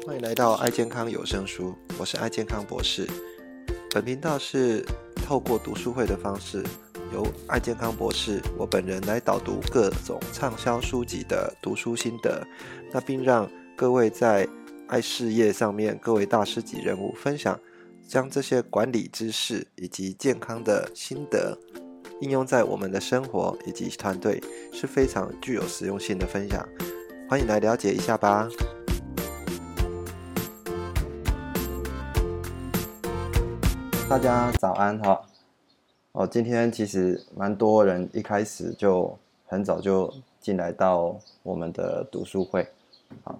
欢迎来到爱健康有声书，我是爱健康博士。本频道是透过读书会的方式，由爱健康博士我本人来导读各种畅销书籍的读书心得，并让各位在爱事业上面各位大师级人物分享，将这些管理知识以及健康的心得应用在我们的生活以及团队，是非常具有实用性的分享。欢迎来了解一下吧。大家早安哈！今天其实蛮多人一开始就很早就进来到我们的读书会，好，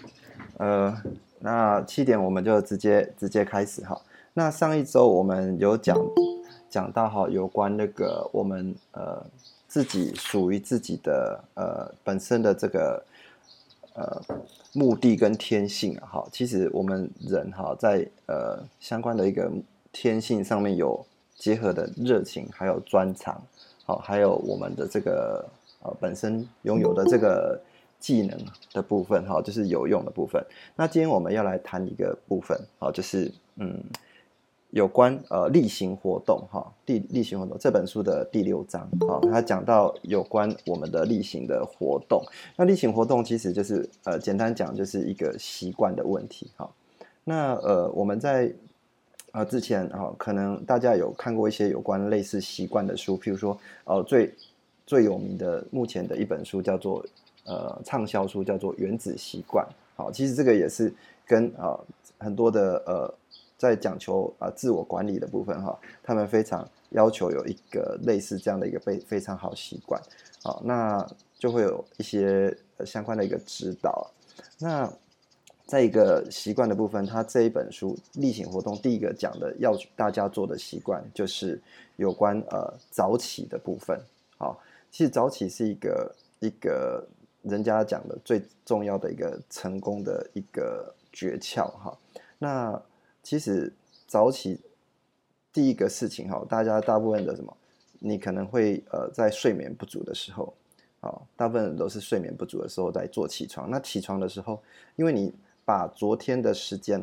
那7点我们就直接开始哈。那上一周我们有讲到哈，有关那个我们自己属于自己的本身的这个目的跟天性啊哈。其实我们人哈在相关的一个天性上面有结合的热情，还有专长，好，还有我们的这个本身拥有的这个技能的部分，哈，就是有用的部分。那今天我们要来谈一个部分，好，就是有关例行活动哈，例行活动这本书的第6章，好，它讲到有关我们的例行的活动。那例行活动其实就是简单讲就是一个习惯的问题，哈。那我们在之前可能大家有看过一些有关类似习惯的书，譬如说最有名的目前的一本书叫做畅销书叫做《原子习惯》。好，其实这个也是跟很多的在讲求自我管理的部分哈，他们非常要求有一个类似这样的一个非常好习惯，好，那就会有一些相关的一个指导。那在一个习惯的部分，他这一本书例行活动第一个讲的要大家做的习惯，就是有关早起的部分。好，其实早起是一个人家讲的最重要的一个成功的一个诀窍哈。那其实早起第一个事情哈，大部分的什么，你可能会在睡眠不足的时候，大部分人都是睡眠不足的时候在做起床。那起床的时候，因为你把昨天的时间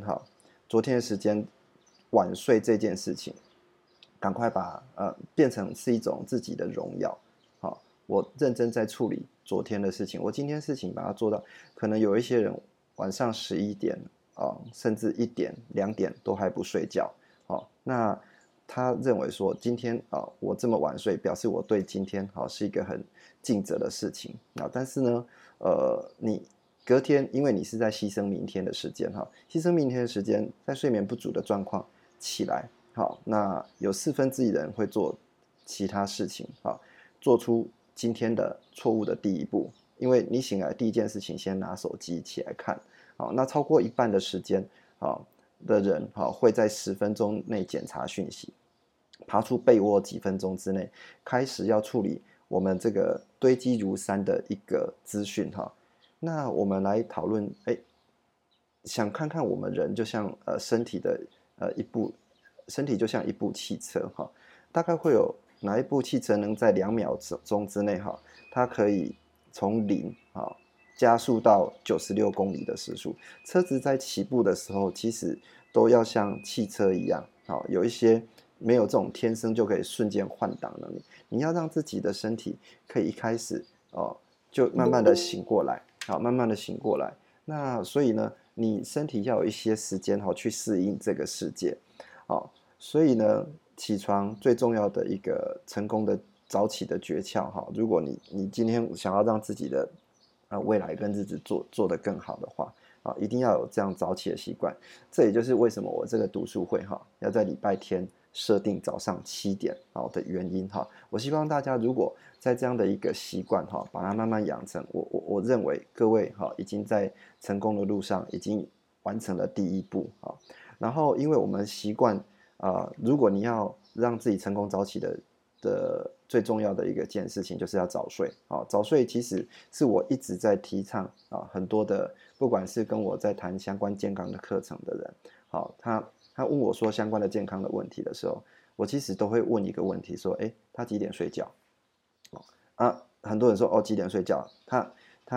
晚睡这件事情，赶快把变成是一种自己的荣耀。好，我认真在处理昨天的事情，我今天事情把它做到。可能有一些人晚上11点甚至1点2点都还不睡觉，那他认为说今天我这么晚睡，表示我对今天是一个很尽责的事情。但是呢你隔天，因为你是在牺牲明天的时间牺牲明天的时间，在睡眠不足的状况起来，好，那有1/4人会做其他事情，做出今天的错误的第一步。因为你醒来第一件事情先拿手机起来看，那超过一半的时间的人会在10分钟内检查讯息，爬出被窝几分钟之内开始要处理我们这个堆积如山的一个资讯那我们来讨论，想看看我们人就像身体就像一部汽车大概会有哪一部汽车能在2秒钟之内它可以从0加速到96公里的时速。车子在起步的时候其实都要像汽车一样有一些没有这种天生就可以瞬间换挡能力，你要让自己的身体可以一开始就慢慢的醒过来，慢慢的醒过来。那所以呢，你身体要有一些时间去适应这个世界所以呢，起床最重要的一个成功的早起的诀窍如果你今天想要让自己的未来跟日子做得更好的话一定要有这样早起的习惯。这也就是为什么我这个读书会要在礼拜天设定早上7点的原因我希望大家如果在这样的一个习惯把它慢慢养成，我认为各位已经在成功的路上已经完成了第一步然后因为我们习惯如果你要让自己成功早起的最重要的一件事情就是要早睡早睡其实是我一直在提倡很多的，不管是跟我在谈相关健康的课程的人他问我说相关的健康的问题的时候，我其实都会问一个问题说他几点睡觉很多人说几点睡觉，他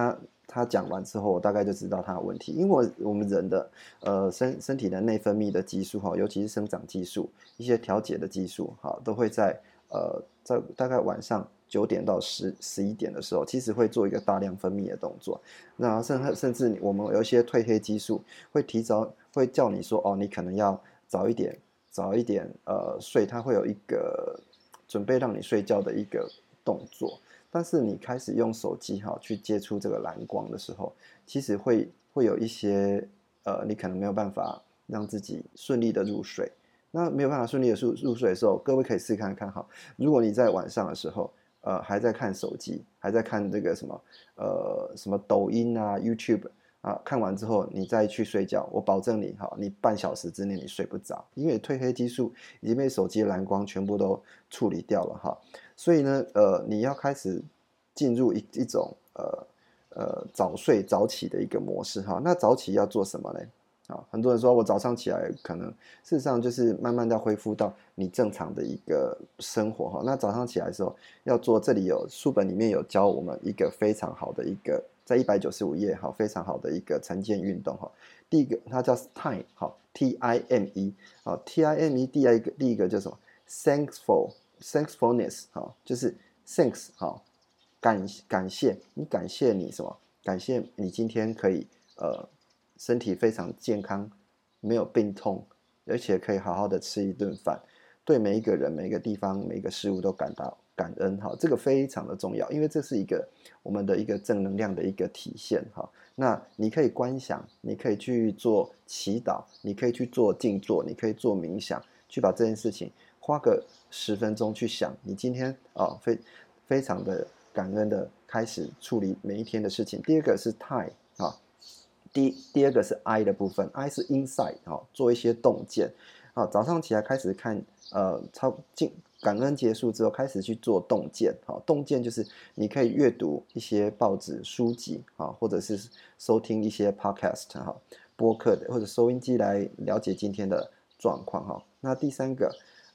他讲完之后，我大概就知道他的问题，因为我们人的身体的内分泌的激素哈，尤其是生长激素一些调节的激素哈，都会在大概晚上9点到11点的时候，其实会做一个大量分泌的动作。那甚至我们有一些褪黑激素会提早会叫你说哦，你可能要早一点睡，它会有一个准备让你睡觉的一个动作。但是你开始用手机去接触这个蓝光的时候，其实会有一些你可能没有办法让自己顺利的入睡。那没有办法顺利的入睡的时候，各位可以试看看哈。如果你在晚上的时候，还在看手机，还在看这个什么抖音啊、YouTube 啊，看完之后你再去睡觉，我保证你半小时之内你睡不着，因为褪黑激素已经被手机的蓝光全部都处理掉了哈。所以呢，你要开始进入一种早睡早起的一个模式哈。那早起要做什么呢？很多人说我早上起来可能事实上就是慢慢的恢复到你正常的一个生活哈。那早上起来的时候要做，这里有书本里面有教我们一个非常好的一个，在195页哈，非常好的一个晨间运动哈。第一个它叫 Time 好 TIME 好 TIME 第一个叫什么 Thankfulness 好，就是 Thanks 好，感谢你，感谢你什么？感谢你今天可以身体非常健康，没有病痛，而且可以好好的吃一顿饭，对每一个人、每一个地方、每一个事物都感到感恩哈，这个非常的重要，因为这是一个我们的一个正能量的一个体现哈。那你可以观想，你可以去做祈祷，你可以去做静坐，你可以做冥想，去把这件事情花个10分钟去想，你今天非常的感恩的开始处理每一天的事情。第二个是 time 啊。第二个是 I 的部分 ，I 是 inside 做一些洞见早上起来开始看感恩结束之后开始去做洞见洞见就是你可以阅读一些报纸书籍或者是收听一些 podcast 播客的或者收音机来了解今天的状况那第三个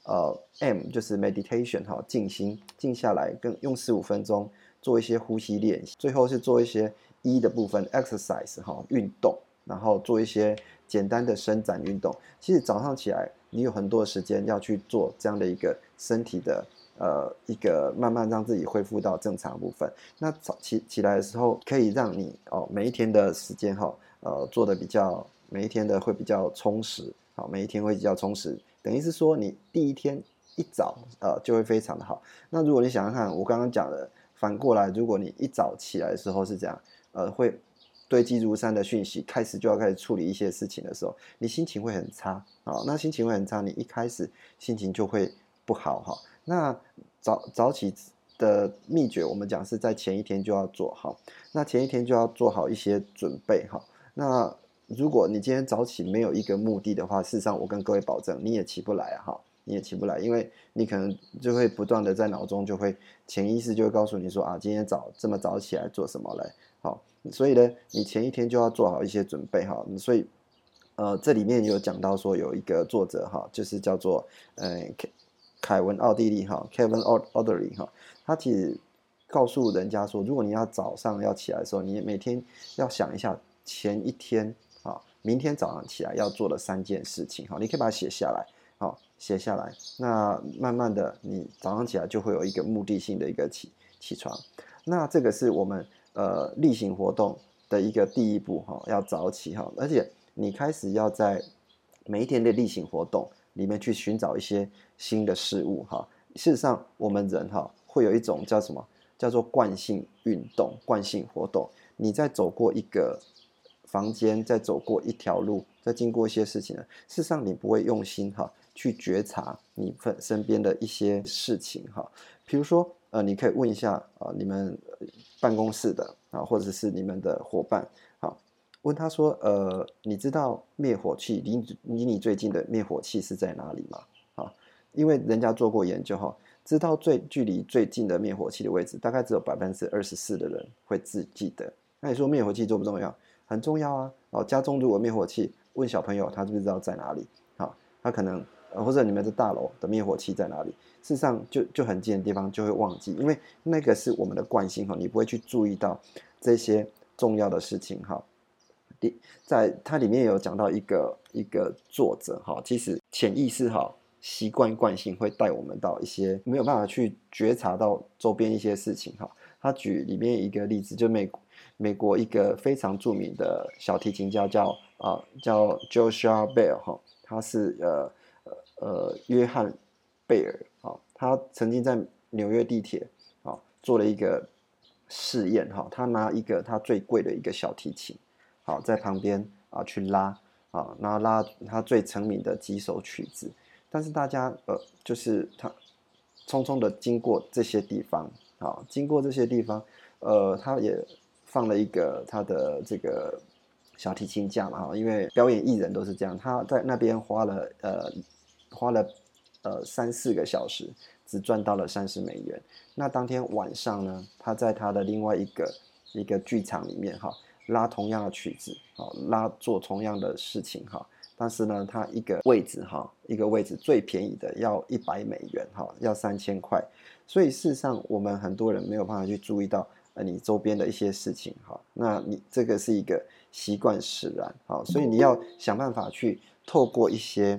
M 就是 meditation 静心静下来用15分钟做一些呼吸练习，最后是做一些E 的部分 exercise 运动，然后做一些简单的伸展运动。其实早上起来你有很多的时间要去做这样的一个身体的一个慢慢让自己恢复到正常的部分。那早起来的时候可以让你每一天的时间做的每一天的会比较充实每一天会比较充实，等于是说你第一天一早就会非常的好。那如果你想想看我刚刚讲的反过来，如果你一早起来的时候是这样会堆积如山的讯息，开始处理一些事情的时候，你心情会很差那心情会很差，你一开始心情就会不好那早起的秘诀，我们讲是在前一天就要做好，那前一天就要做好一些准备那如果你今天早起没有一个目的的话，事实上我跟各位保证，你也起不来你也起不来，因为你可能就会不断的在脑中就会潜意识就会告诉你说今天这么早起来做什么嘞所以呢你前一天就要做好一些准备所以这里面有讲到说有一个作者就是叫做凯文奥地利Kevin Audley 他其实告诉人家说，如果你要早上要起来的时候，你每天要想一下前一天明天早上起来要做的3件事情你可以把它写下来写下来，那慢慢的你早上起来就会有一个目的性的一个起床。那这个是我们例行活动的一个第一步要早起而且你开始要在每一天的例行活动里面去寻找一些新的事物事实上我们人会有一种叫什么叫做惯性运动惯性活动，你在走过一个房间，再走过一条路，再经过一些事情呢，事实上你不会用心去觉察你身边的一些事情比如说你可以问一下你们办公室的或者是你们的伙伴问他说你知道灭火器离你最近的灭火器是在哪里吗因为人家做过研究知道距离最近的灭火器的位置大概只有24%的人会记得。那你说灭火器重不重要？很重要家中如果灭火器，问小朋友他知不知道在哪里他可能或者你们的大楼的灭火器在哪里，事实上就很近的地方就会忘记，因为那个是我们的惯性你不会去注意到这些重要的事情哈。在它里面有讲到一个作者哈，其实潜意识哈，习惯惯性会带我们到一些没有办法去觉察到周边一些事情哈。他举里面一个例子，就美国一个非常著名的小提琴家叫 Joshua Bell 哈，他是约翰贝尔啊，他曾经在纽约地铁啊做了一个试验哈，他拿一个他最贵的一个小提琴，好在旁边去拉然后拉他最成名的几首曲子，但是大家就是他匆匆的经过这些地方，经过这些地方，他也放了一个他的这个小提琴架嘛，因为表演艺人都是这样，他在那边花了3-4个小时，只赚到了$30。那当天晚上呢，他在他的另外一个剧场里面拉同样的曲子，做同样的事情但是呢，他一个位置最便宜的要$100，要3000块。所以事实上，我们很多人没有办法去注意到你周边的一些事情那你这个是一个习惯使然所以你要想办法去透过一些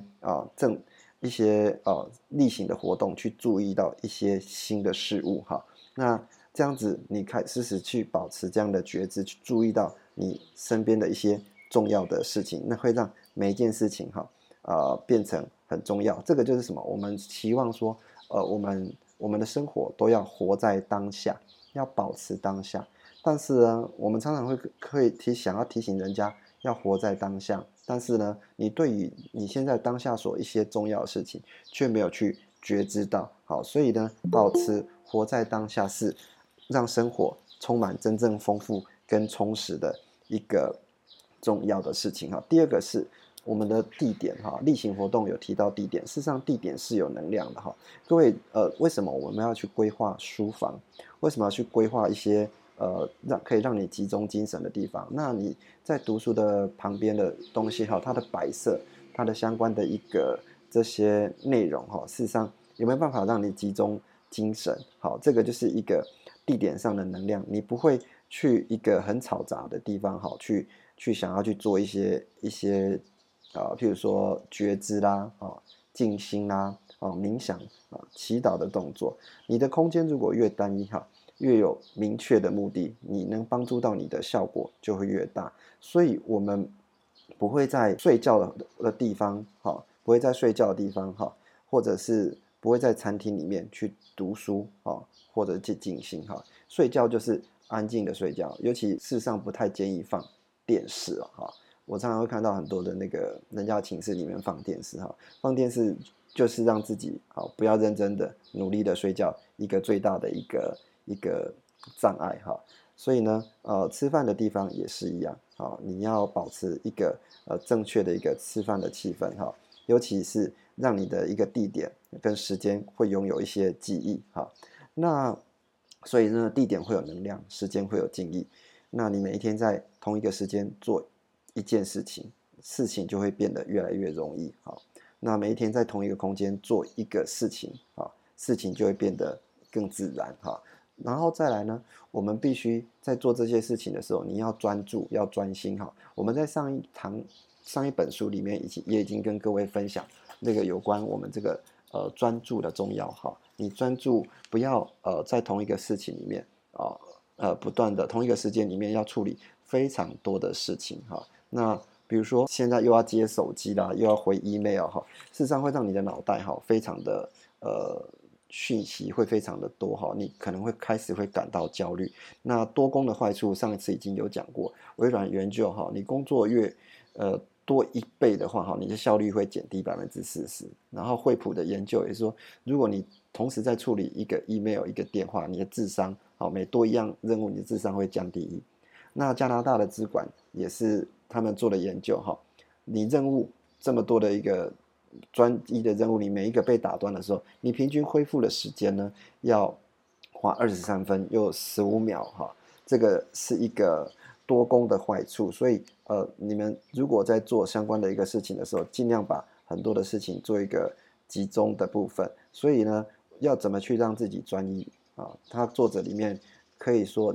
例行的活动去注意到一些新的事物那这样子你时时去保持这样的觉知，去注意到你身边的一些重要的事情，那会让每一件事情变成很重要。这个就是什么？我们期望说我们的生活都要活在当下，要保持当下。但是呢，我们常常会想要提醒人家要活在当下，但是呢，你对于你现在当下一些重要的事情却没有去觉知到。所以呢，保持活在当下是让生活充满真正丰富跟充实的一个重要的事情第二个是我们的地点例行活动有提到地点，事实上地点是有能量的各位为什么我们要去规划书房？为什么要去规划一些可以让你集中精神的地方？那你在读书的旁边的东西它的摆设，它的相关的这些内容事实上有没有办法让你集中精神？这个就是一个地点上的能量，你不会去一个很嘈杂的地方去想要去做一些譬如说觉知啦静心啦冥想祈祷的动作。你的空间如果越单一越有明确的目的，你能帮助到你的效果就会越大。所以我们不会在睡觉的地方不会在睡觉的地方或者是不会在餐厅里面去读书或者去静心睡觉就是安静的睡觉，尤其事实上不太建议放电视我常常会看到很多的那个人家寝室里面放电视放电视就是让自己不要认真的努力的睡觉一个最大的一个障碍所以呢吃饭的地方也是一样你要保持一个正确的一个吃饭的气氛尤其是让你的一个地点跟时间会拥有一些记忆那所以呢，地点会有能量，时间会有记忆。那你每一天在同一个时间做一件事情，事情就会变得越来越容易那每一天在同一个空间做一个事情事情就会变得更自然然后再来呢，我们必须在做这些事情的时候，你要专注，要专心我们在上一本书里面也已经跟各位分享那个有关我们这个专注的重要你专注不要在同一个事情里面不断的同一个时间里面要处理非常多的事情那比如说现在又要接手机啦，又要回 email 事实上会让你的脑袋非常的讯息会非常的多你可能开始会感到焦虑。那多工的坏处上一次已经有讲过，微软研究你工作越多1倍的话你的效率会减低40%。然后惠普的研究也说，如果你同时在处理一个 email 一个电话，你的智商每多一样任务，你的智商会降低1。那加拿大的资管也是他们做的研究你任务这么多的一个专一的任务，你每一个被打断的时候，你平均恢复的时间呢要花23分又15秒这个是一个多工的坏处。所以你们如果在做相关的一个事情的时候，尽量把很多的事情做一个集中的部分。所以呢，要怎么去让自己专一他作者里面可以说，你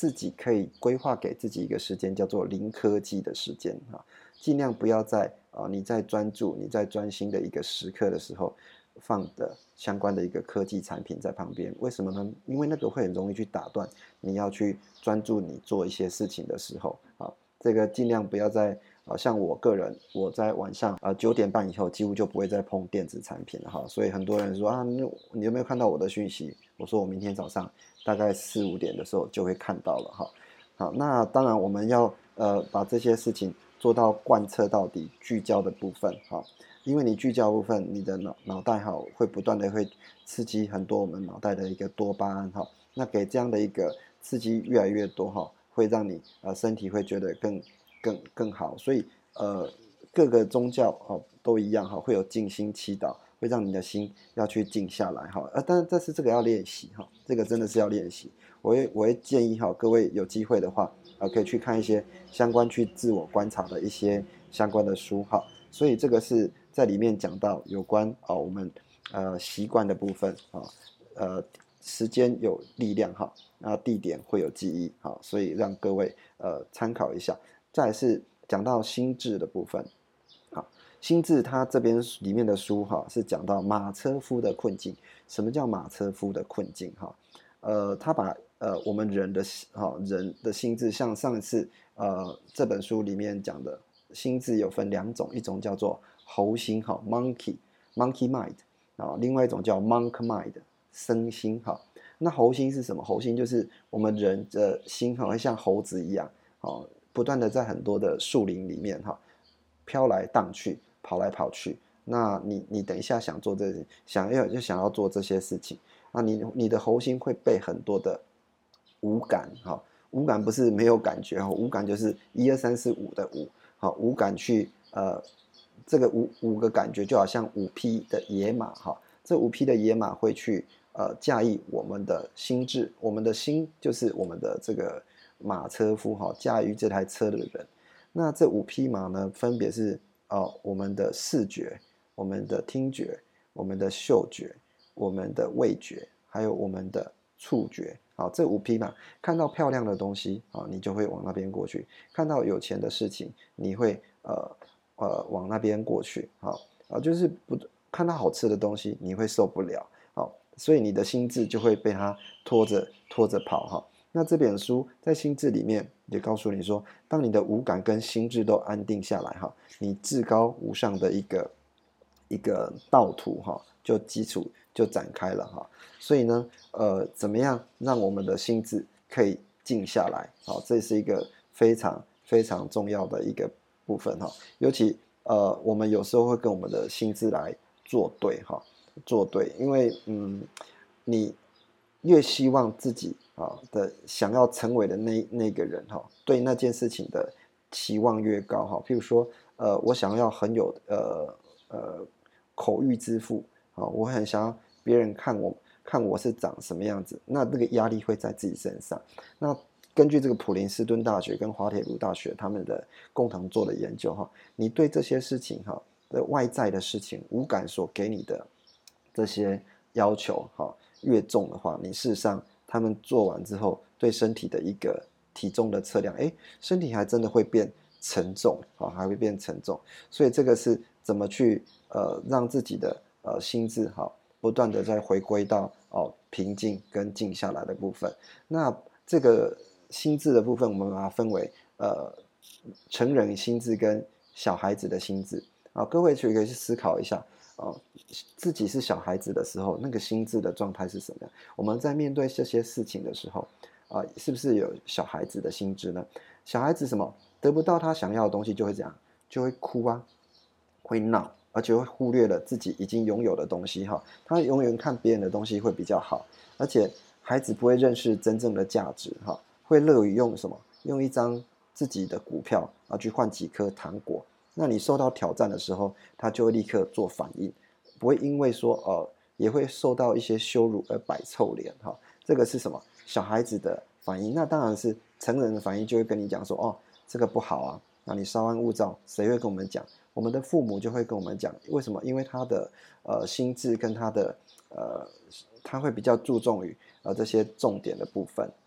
自己可以规划给自己一个时间，叫做零科技的时间哈，尽量不要在你在专注、你在专心的一个时刻的时候，放的相关的一个科技产品在旁边。为什么呢？因为那个会很容易去打断你要去专注你做一些事情的时候啊。这个尽量不要在像我个人，我在晚上9点半以后几乎就不会再碰电子产品了哈。所以很多人说你有没有看到我的讯息？我说我明天早上大概4、5点的时候就会看到了哈。好，那当然我们要把这些事情做到贯彻到底、聚焦的部分哈。因为你聚焦部分，你的脑袋哈会不断的会刺激很多我们脑袋的一个多巴胺哈。那给这样的一个刺激越来越多哈，会让你身体会觉得更好。所以各个宗教都一样哈，会有静心祈祷，会让你的心要去静下来哈。但是这个要练习哈，这个真的是要练习。我会建议哈，各位有机会的话可以去看一些相关去自我观察的一些相关的书哈。所以这个是在里面讲到有关我们习惯的部分时间有力量哈，然后地点会有记忆哈，所以让各位参考一下。再来是讲到心智的部分，好，心智它这边里面的书哈是讲到马车夫的困境。什么叫马车夫的困境哈？他把我们人的心智，像上一次这本书里面讲的心智有分2种，一种叫做猴心哈 monkey mind 另外一种叫 monk mind 僧心哈。那猴心是什么？猴心就是我们人的心会像猴子一样不断的在很多的树林里面飘来荡去，跑来跑去。那你等一下想做这想要做这些事情，那你的猴心会被很多的五感五感不是没有感觉五感就是1、2、3、4、5的5五感去这个五个感觉就好像5匹的野马这5匹的野马会去驾驭我们的心智，我们的心就是我们的这个马车夫驾驭这台车的人。那这5匹马呢，分别是我们的视觉、我们的听觉、我们的嗅觉、我们的味觉，还有我们的触觉。这5匹马看到漂亮的东西你就会往那边过去；看到有钱的事情，你会往那边过去。就是不看到好吃的东西，你会受不了。所以你的心智就会被它拖着跑那这本书在心智里面也告诉你说，当你的五感跟心智都安定下来你至高无上的一个道途就基础就展开了所以呢怎么样让我们的心智可以静下来这是一个非常非常重要的一个部分尤其我们有时候会跟我们的心智来作对，因为你越希望自己的想要成为的那个人对那件事情的期望越高譬如说我想要很有口欲之富我很想要别人看我是长什么样子，那个压力会在自己身上。那根据这个普林斯顿大学跟滑铁卢大学他们的共同做的研究你对这些事情的外在的事情五感所给你的这些要求越重的话，你事实上他们做完之后对身体的一个体重的测量身体还真的会变沉重还会变沉重。所以这个是怎么去让自己的心智不断的在回归到平静跟静下来的部分。那这个心智的部分我们把它分为成人心智跟小孩子的心智各位可以去思考一下自己是小孩子的时候那个心智的状态是什么样。我们在面对这些事情的时候是不是有小孩子的心智呢？小孩子什么得不到他想要的东西就会怎样，就会哭会闹，而且会忽略了自己已经拥有的东西他永远看别人的东西会比较好，而且孩子不会认识真正的价值会乐于用什么，用一张自己的股票去换几颗糖果。那你受到挑战的时候，他就会立刻做反应，不会因为说也会受到一些羞辱而摆臭脸这个是什么？小孩子的反应。那当然是成人的反应，就会跟你讲说这个不好那你稍安勿躁。谁会跟我们讲？我们的父母就会跟我们讲。为什么？因为他的心智跟他的他会比较注重于这些重点的部分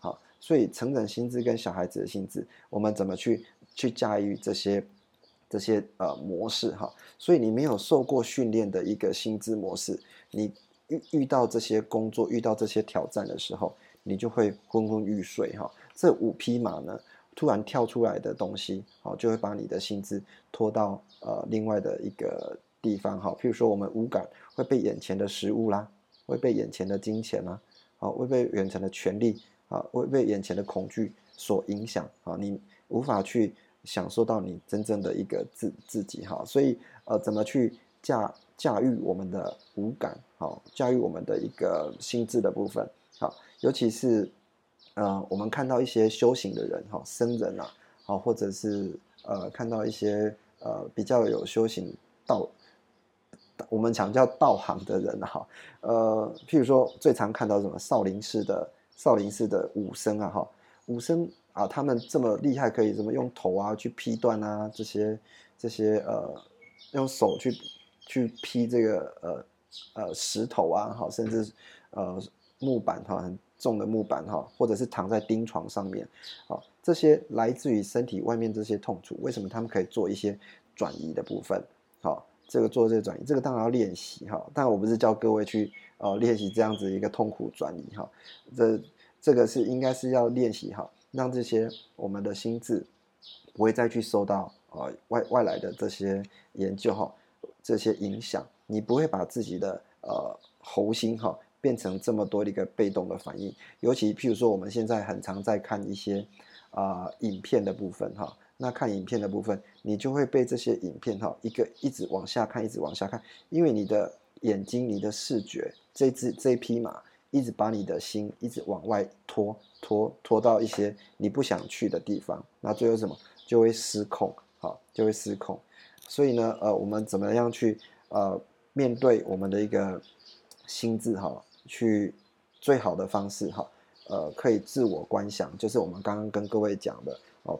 所以成人心智跟小孩子的心智，我们怎么去驾驭这些模式哈？所以你没有受过训练的一个心智模式，你遇到这些工作、遇到这些挑战的时候，你就会昏昏欲睡哈。这5匹马呢，突然跳出来的东西，好，就会把你的心智拖到另外的一个地方哈。譬如说，我们五感会被眼前的食物啦，会被眼前的金钱啦，好，会被眼前的权利啊，会被眼前的恐惧所影响啊，你无法去享受到你真正的一个自己哈。所以怎么去驾驭我们的五感，好，驾驭我们的一个心智的部分，好，尤其是我们看到一些修行的人哈，僧人啊，好，或者是看到一些比较有修行道，我们讲叫道行的人哈，譬如说最常看到什么少林寺的武僧啊哈，武僧啊，他们这么厉害，可以怎么用头啊去劈断啊这些用手去劈这个石头啊，好，甚至木板哈，很重的木板哈，或者是躺在钉床上面，好，这些来自于身体外面这些痛楚，为什么他们可以做一些转移的部分？好，做这个转移，这个当然要练习哈，但我不是教各位去练习这样子一个痛苦转移哈，这个是应该是要练习哈，让这些我们的心智不会再去受到外来的这些研究哈，这些影响，你不会把自己的喉心哈变成这么多的一个被动的反应，尤其譬如说我们现在很常在看一些影片的部分哈，那看影片的部分，你就会被这些影片哈一直往下看，一直往下看，因为你的眼睛、你的视觉，这一匹马一直把你的心一直往外拖到一些你不想去的地方，那最后什么就会失控，好，就会失控。所以呢，我们怎么样去面对我们的一个心智哈，去最好的方式哈，可以自我观想，就是我们刚刚跟各位讲的哦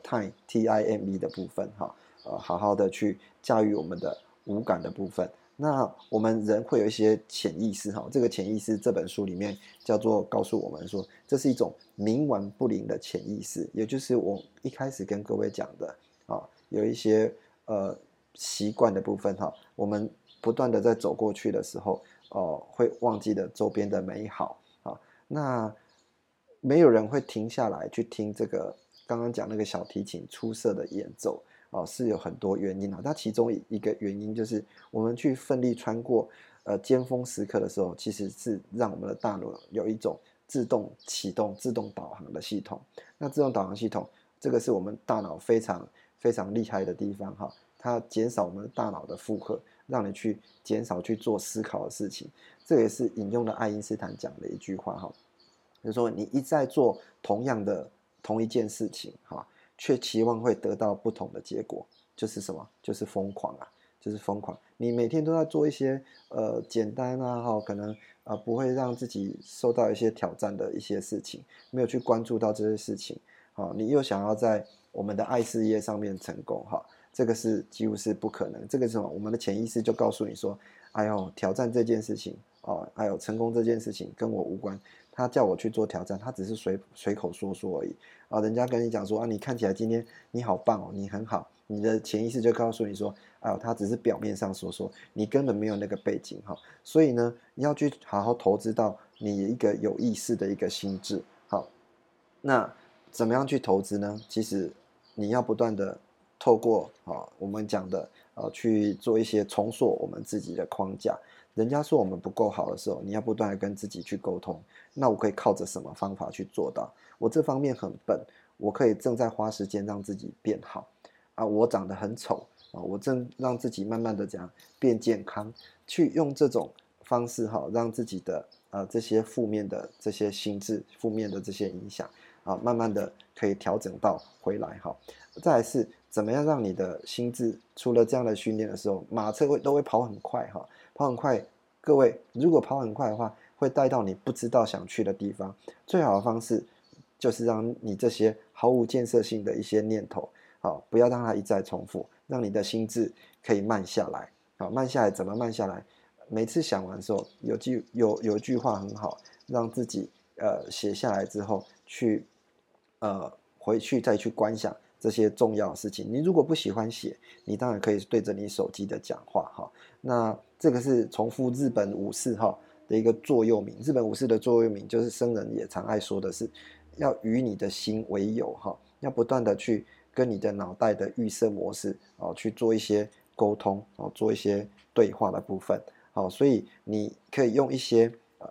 ，time 的部分哈，好好的去驾驭我们的五感的部分。那我们人会有一些潜意识哈，这个潜意识这本书里面叫做告诉我们说，这是一种冥顽不灵的潜意识，也就是我一开始跟各位讲的啊，有一些习惯的部分哈，我们不断的在走过去的时候，会忘记了周边的美好啊。那没有人会停下来去听这个刚刚讲那个小提琴出色的演奏啊，是有很多原因啊。那其中一个原因就是我们去奋力穿过尖峰时刻的时候，其实是让我们的大脑有一种自动启动、自动导航的系统。那自动导航系统，这个是我们大脑非常非常厉害的地方哈。它减少我们大脑的负荷，让你去减少去做思考的事情。这也是引用了爱因斯坦讲的一句话哈，就是说你一再做同一件事情哈，却期望会得到不同的结果，就是什么？就是疯狂啊，就是疯狂。你每天都在做一些简单啊哈，可能不会让自己受到一些挑战的一些事情，没有去关注到这些事情，好，你又想要在我们的爱事业上面成功哈。这个是几乎是不可能。这个是什么？我们的潜意识就告诉你说：“哎呦，挑战这件事情哦，还有成功这件事情跟我无关。他叫我去做挑战，他只是随口说说而已啊。人家跟你讲说啊，你看起来今天你好棒哦，你很好。你的潜意识就告诉你说，哎呦，他只是表面上说说，你根本没有那个背景哈。所以呢，你要去好好投资到你一个有意识的一个心智。好，那怎么样去投资呢？其实你要不断的透过我们讲的去做一些重塑我们自己的框架。人家说我们不够好的时候，你要不断的跟自己去沟通。那我可以靠着什么方法去做到？我这方面很笨，我可以正在花时间让自己变好啊。我长得很丑啊，我正让自己慢慢的这样变健康，去用这种方式让自己的这些负面的这些心智、负面的这些影响啊，慢慢的可以调整到回来哈。再来是怎么样让你的心智除了这样的训练的时候，马车都会跑很快哈，跑很快。各位如果跑很快的话，会带到你不知道想去的地方。最好的方式就是让你这些毫无建设性的一些念头，好，不要让它一再重复，让你的心智可以慢下来。好，慢下来怎么慢下来？每次想完的时候，有句话很好，让自己写下来之后去回去再去观想这些重要的事情。你如果不喜欢写，你当然可以对着你手机的讲话哈。那这个是重复日本武士哈的一个座右铭。日本武士的座右铭就是僧人也常爱说的是，要与你的心为友哈，要不断的去跟你的脑袋的预设模式去做一些沟通做一些对话的部分。所以你可以用一些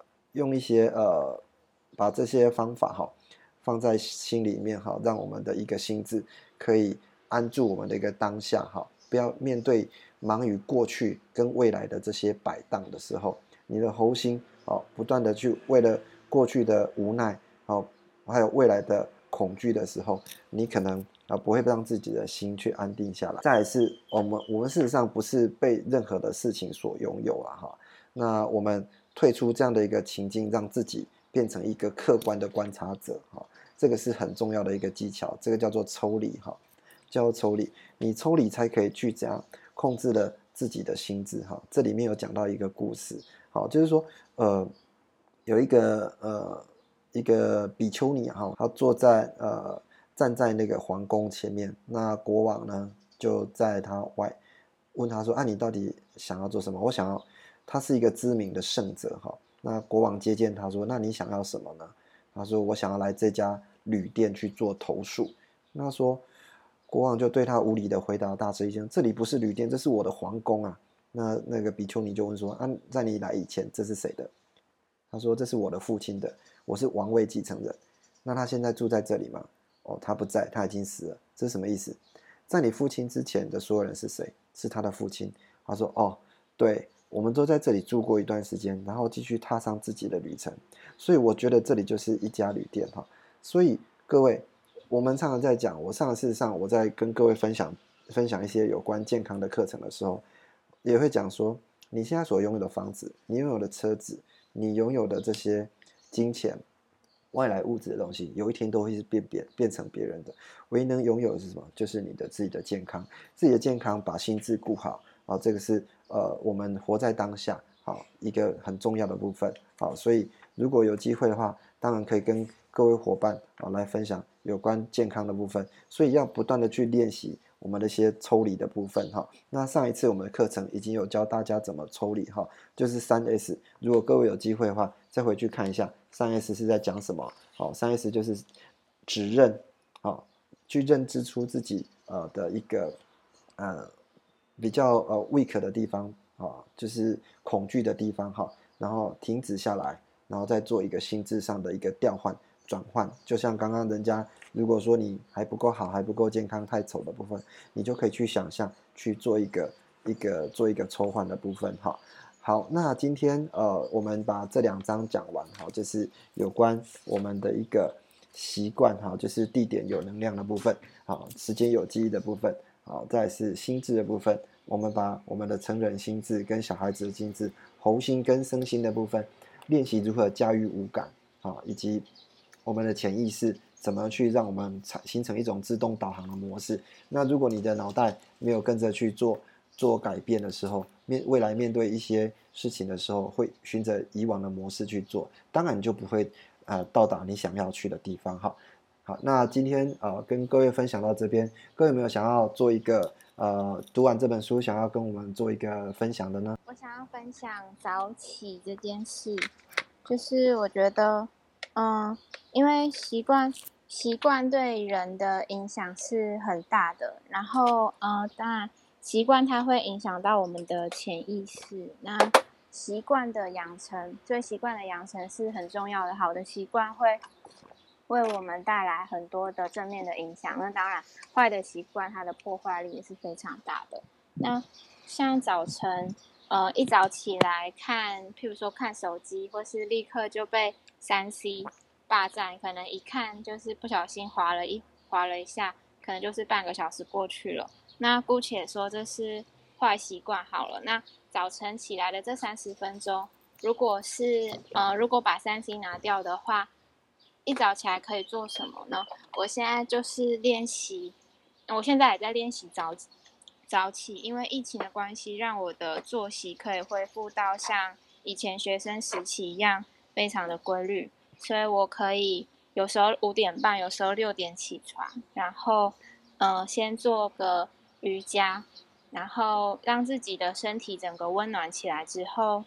把这些方法放在心里面让我们的一个心智可以安住我们的一个当下不要面对忙于过去跟未来的这些摆荡的时候，你的喉心不断的去为了过去的无奈还有未来的恐惧的时候，你可能不会让自己的心去安定下来。再来是我们事实上不是被任何的事情所拥有哈。那我们退出这样的一个情境，让自己变成一个客观的观察者这个是很重要的一个技巧，这个叫做抽离叫做抽离。你抽离才可以去怎样控制了自己的心智这里面有讲到一个故事就是说有一个比丘尼他站在那个皇宫前面，那国王呢就在他外问他说你到底想要做什么？我想要，他是一个知名的圣者那国王接见他说，那你想要什么呢？他说我想要来这家旅店去做投诉。那说国王就对他无理的回答大吃一惊，这里不是旅店，这是我的皇宫啊。那个比丘尼就问说在你来以前这是谁的？他说这是我的父亲的，我是王位继承人。那他现在住在这里吗？他不在，他已经死了。这是什么意思？在你父亲之前的所有人是谁？是他的父亲。他说对，我们都在这里住过一段时间，然后继续踏上自己的旅程。所以我觉得这里就是一家旅店所以各位，我们常常在讲，事实上我在跟各位分享一些有关健康的课程的时候，也会讲说，你现在所拥有的房子，你拥有的车子，你拥有的这些金钱、外来物质的东西，有一天都会是变成别人的。唯一能拥有的是什么？就是你的自己的健康，自己的健康，把心智顾好这个是我们活在当下一个很重要的部分所以如果有机会的话，当然可以跟各位伙伴来分享有关健康的部分。所以要不断的去练习我们的一些抽离的部分那上一次我们的课程已经有教大家怎么抽离就是3S。如果各位有机会的话，再回去看一下3S 是在讲什么3S 就是指认去认知出自己的一个比较weak 的地方就是恐惧的地方然后停止下来，然后再做一个心智上的一个调换转换。就像刚刚人家如果说你还不够好，还不够健康，太丑的部分，你就可以去想象去做一个抽换的部分好，那今天我们把这2章讲完就是有关我们的一个习惯就是地点有能量的部分时间有记忆的部分再来是心智的部分。我们把我们的成人心智跟小孩子的心智、喉心跟身心的部分练习如何驾驭五感以及我们的潜意识怎么去让我们形成一种自动导航的模式。那如果你的脑袋没有跟着去做改变的时候，未来面对一些事情的时候，会循着以往的模式去做，当然你就不会到达你想要去的地方好，那今天跟各位分享到这边，各位有没有想要做一个读完这本书想要跟我们做一个分享的呢？ 我想要分享早起这件事，就是我觉得，因为习惯对人的影响是很大的，然后当然习惯它会影响到我们的潜意识，那习惯的养成，对习惯的养成是很重要的，好的习惯会为我们带来很多的正面的影响，那当然坏的习惯它的破坏力也是非常大的。那像早晨一早起来看，譬如说看手机，或是立刻就被3C 霸占，可能一看就是不小心滑了一下，可能就是半个小时过去了。那姑且说这是坏习惯好了。那早晨起来的这30分钟，如果把3C 拿掉的话，一早起来可以做什么呢？我现在就是练习，我现在也在练习早起，因为疫情的关系，让我的作息可以恢复到像以前学生时期一样非常的规律，所以我可以有时候5点半，有时候6点起床，然后先做个瑜伽，然后让自己的身体整个温暖起来之后，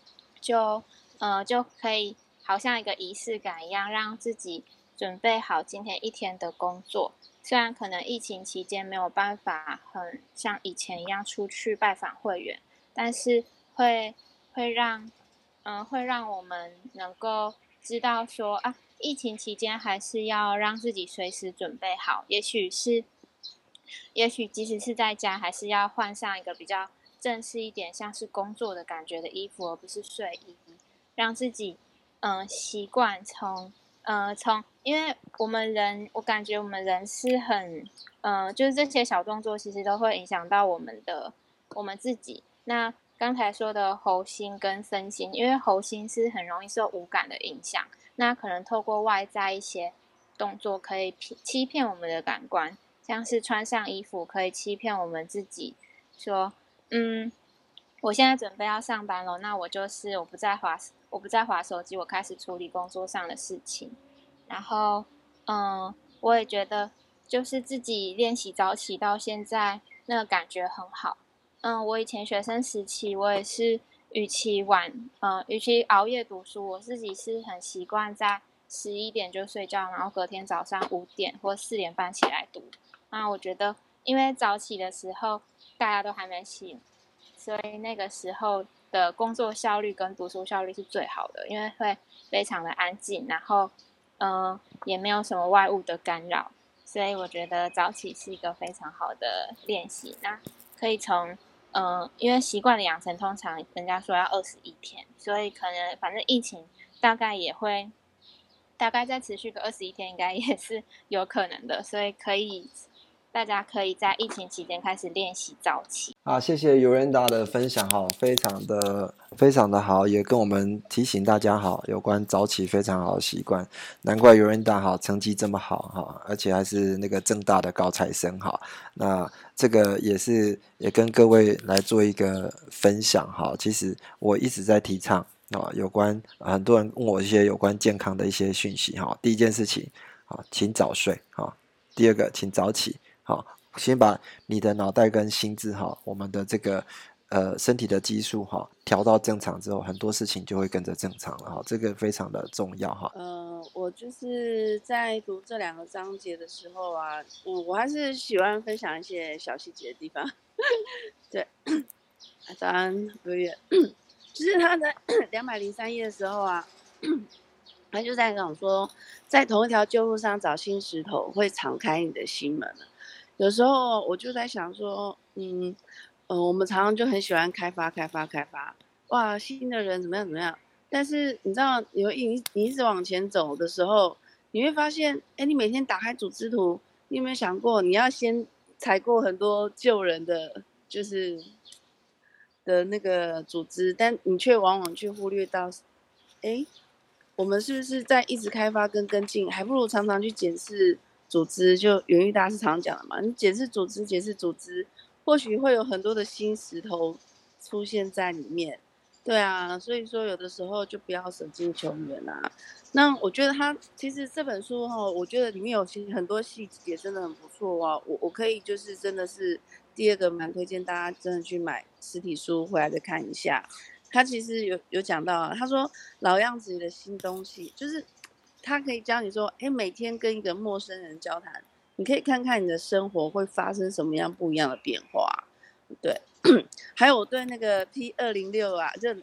就可以好像一个仪式感一样，让自己准备好今天一天的工作。虽然可能疫情期间没有办法很像以前一样出去拜访会员，但是会让会让我们能够知道说啊，疫情期间还是要让自己随时准备好，也许即使是在家，还是要换上一个比较正式一点，像是工作的感觉的衣服，而不是睡衣，让自己习惯从，因为我感觉我们人是很就是这些小动作其实都会影响到我们自己。那刚才说的喉心跟身心，因为喉心是很容易受五感的影响，那可能透过外在一些动作可以欺骗我们的感官，像是穿上衣服可以欺骗我们自己，说我现在准备要上班了，那我不再滑手机，我开始处理工作上的事情。然后我也觉得就是自己练习早起到现在那个感觉很好。我以前学生时期我也是与其熬夜读书，我自己是很习惯在11点就睡觉，然后隔天早上5点或4点半起来读。那我觉得因为早起的时候大家都还没醒，所以那个时候的工作效率跟读书效率是最好的，因为会非常的安静，然后也没有什么外物的干扰，所以我觉得早起是一个非常好的练习。那可以从因为习惯的养成通常人家说要21天，所以可能反正疫情大概再持续个21天，应该也是有可能的，所以大家可以在疫情期间开始练习早起。 好，谢谢尤仁达的分享哈，非常的好，也跟我们提醒大家好有关早起非常好的习惯，难怪尤仁达好成绩这么好哈，而且还是那个政大的高材生哈。那这个也跟各位来做一个分享哈。其实我一直在提倡啊，有关很多人问我一些有关健康的一些讯息哈。第一件事情啊，请早睡哈。第二个，请早起好。先把你的脑袋跟心智哈，我们的这个身体的激素哈调到正常之后，很多事情就会跟着正常了哈，这个非常的重要哈。 我就是在读这2个章节的时候啊，我还是喜欢分享一些小细节的地方。对，早安，各位，就是他在203页的时候啊，他就在讲说，在同一条旧路上找新石头，会敞开你的心门。有时候我就在想说，我们常常就很喜欢开发，哇，新的人怎么样，但是你知道，你一直往前走的时候，你会发现，你每天打开组织图，你有没有想过，你要先踩过很多旧人的，就是的那个组织，但你却往往去忽略到，我们是不是在一直开发跟进，还不如常常去检视组织，就袁玉大师常讲的嘛，你检视组织，或许会有很多的新石头出现在里面。对啊，所以说有的时候就不要舍近求远啊。那我觉得其实这本书我觉得里面有其实很多细节真的很不错啊。我可以就是真的是第二个蛮推荐大家真的去买实体书回来再看一下。他其实有讲到他说老样子里的新东西，就是他可以教你说，每天跟一个陌生人交谈，你可以看看你的生活会发生什么样不一样的变化。对，还有我对那个 P206啊，就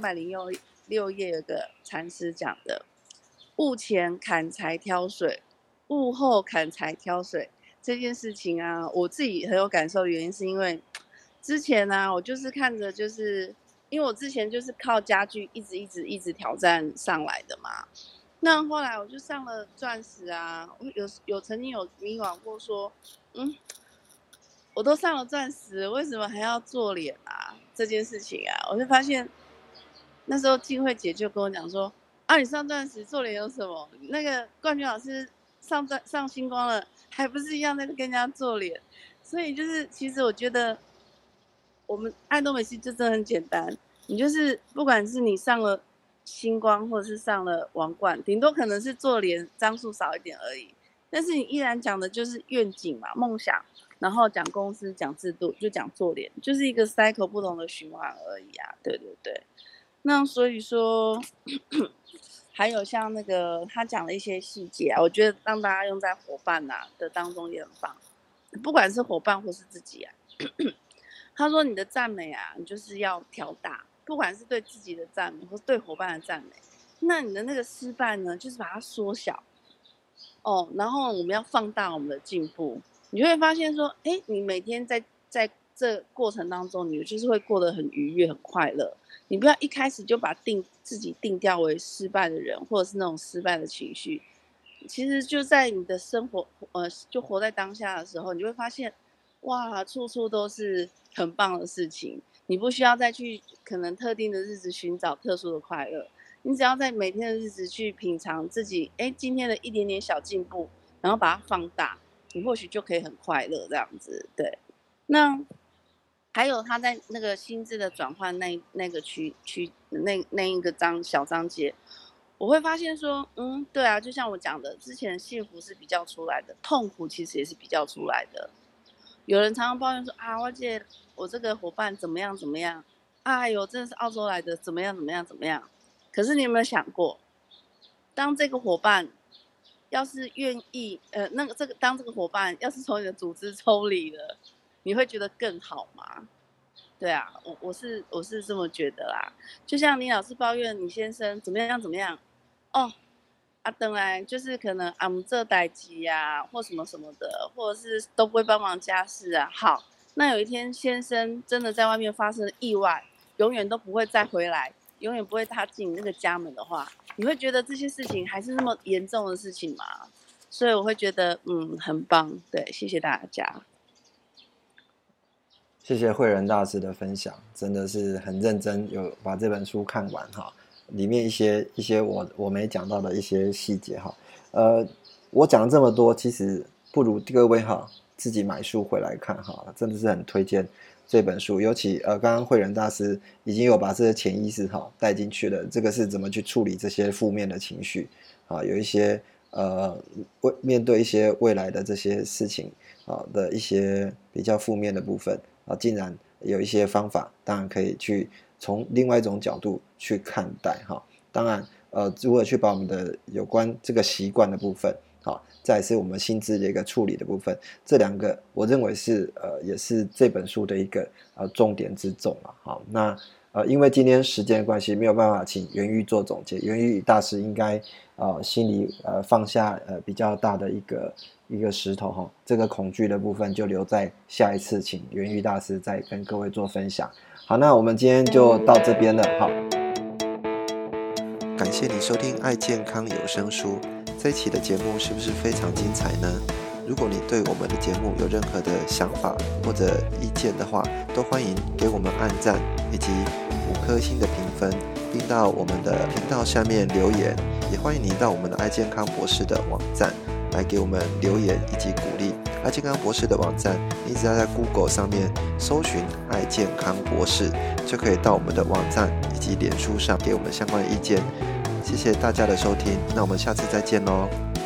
206页有个禅师讲的，雾前砍柴挑水，雾后砍柴挑水这件事情啊，我自己很有感受的原因是因为之前啊，我就是看着就是因为我之前就是靠家具一直挑战上来的嘛。那后来我就上了钻石啊，我曾经有迷惘过说，我都上了钻石，为什么还要做脸啊？这件事情啊，我就发现那时候静慧姐就跟我讲说，你上钻石做脸有什么？那个冠军老师上星光了，还不是一样在跟人家做脸？所以就是其实我觉得我们爱多美系就真的很简单，你就是不管是你上了星光或者是上了王冠，顶多可能是做脸张数少一点而已。但是你依然讲的就是愿景嘛，梦想，然后讲公司，讲制度，就讲做脸，就是一个 cycle 不同的循环而已啊。对对对。那所以说还有像那个他讲了一些细节啊，我觉得让大家用在伙伴啊的当中也很棒，不管是伙伴或是自己啊。他说你的赞美啊，你就是要调大，不管是对自己的赞美或是对伙伴的赞美，那你的那个失败呢，就是把它缩小哦，然后我们要放大我们的进步，你就会发现说，哎，你每天在这过程当中，你就是会过得很愉悦、很快乐。你不要一开始就把自己定调为失败的人，或者是那种失败的情绪。其实就在你的生活，就活在当下的时候，你就会发现，哇，处处都是很棒的事情。你不需要再去可能特定的日子寻找特殊的快乐，你只要在每天的日子去品尝自己，哎，今天的一点点小进步，然后把它放大，你或许就可以很快乐这样子。对，那还有他在那个心智的转换那个那一个小章节，我会发现说，对啊，就像我讲的，之前幸福是比较出来的，痛苦其实也是比较出来的。有人常常抱怨说啊，我这个伙伴怎么样怎么样，哎呦，真的是澳洲来的，怎么样怎么样怎么样。可是你有没有想过，当这个伙伴要是愿意，当这个伙伴要是从你的组织抽离了，你会觉得更好吗？对啊，我是这么觉得啦。就像你老是抱怨你先生怎么样怎么样，哦，等来就是可能这代志啊，或什么什么的，或者是都不会帮忙家事啊。好，那有一天先生真的在外面发生了意外，永远都不会再回来，永远不会踏进那个家门的话，你会觉得这些事情还是那么严重的事情吗？所以我会觉得很棒。对，谢谢大家。 谢谢慧仁大师的分享，真的是很认真，有把这本书看完哈。里面一些我没讲到的一些细节哈，我讲了这么多，其实不如各位哈自己买书回来看哈，真的是很推荐这本书。尤其刚刚慧仁大师已经有把这些潜意识哈带进去了，这个是怎么去处理这些负面的情绪啊，有一些面对一些未来的这些事情啊的一些比较负面的部分啊，竟然有一些方法，当然可以去从另外一种角度去看待哈。当然如何去把我们的有关这个习惯的部分好，再来是我们心智的一个处理的部分，这两个我认为是也是这本书的一个重点之重了。好，那因为今天时间的关系，没有办法请元玉做总结。元玉大师应该心里放下比较大的一个石头哈，这个恐惧的部分就留在下一次，请元玉大师再跟各位做分享。好，那我们今天就到这边了。好，感谢你收听爱健康有声书。这一期的节目是不是非常精彩呢？如果你对我们的节目有任何的想法或者意见的话，都欢迎给我们按赞以及5颗星的评分，并到我们的频道下面留言。也欢迎你到我们的爱健康博士的网站来给我们留言以及鼓励。爱健康博士的网站，你只要在 Google 上面搜寻爱健康博士，就可以到我们的网站以及脸书上给我们相关的意见。谢谢大家的收听，那我们下次再见咯。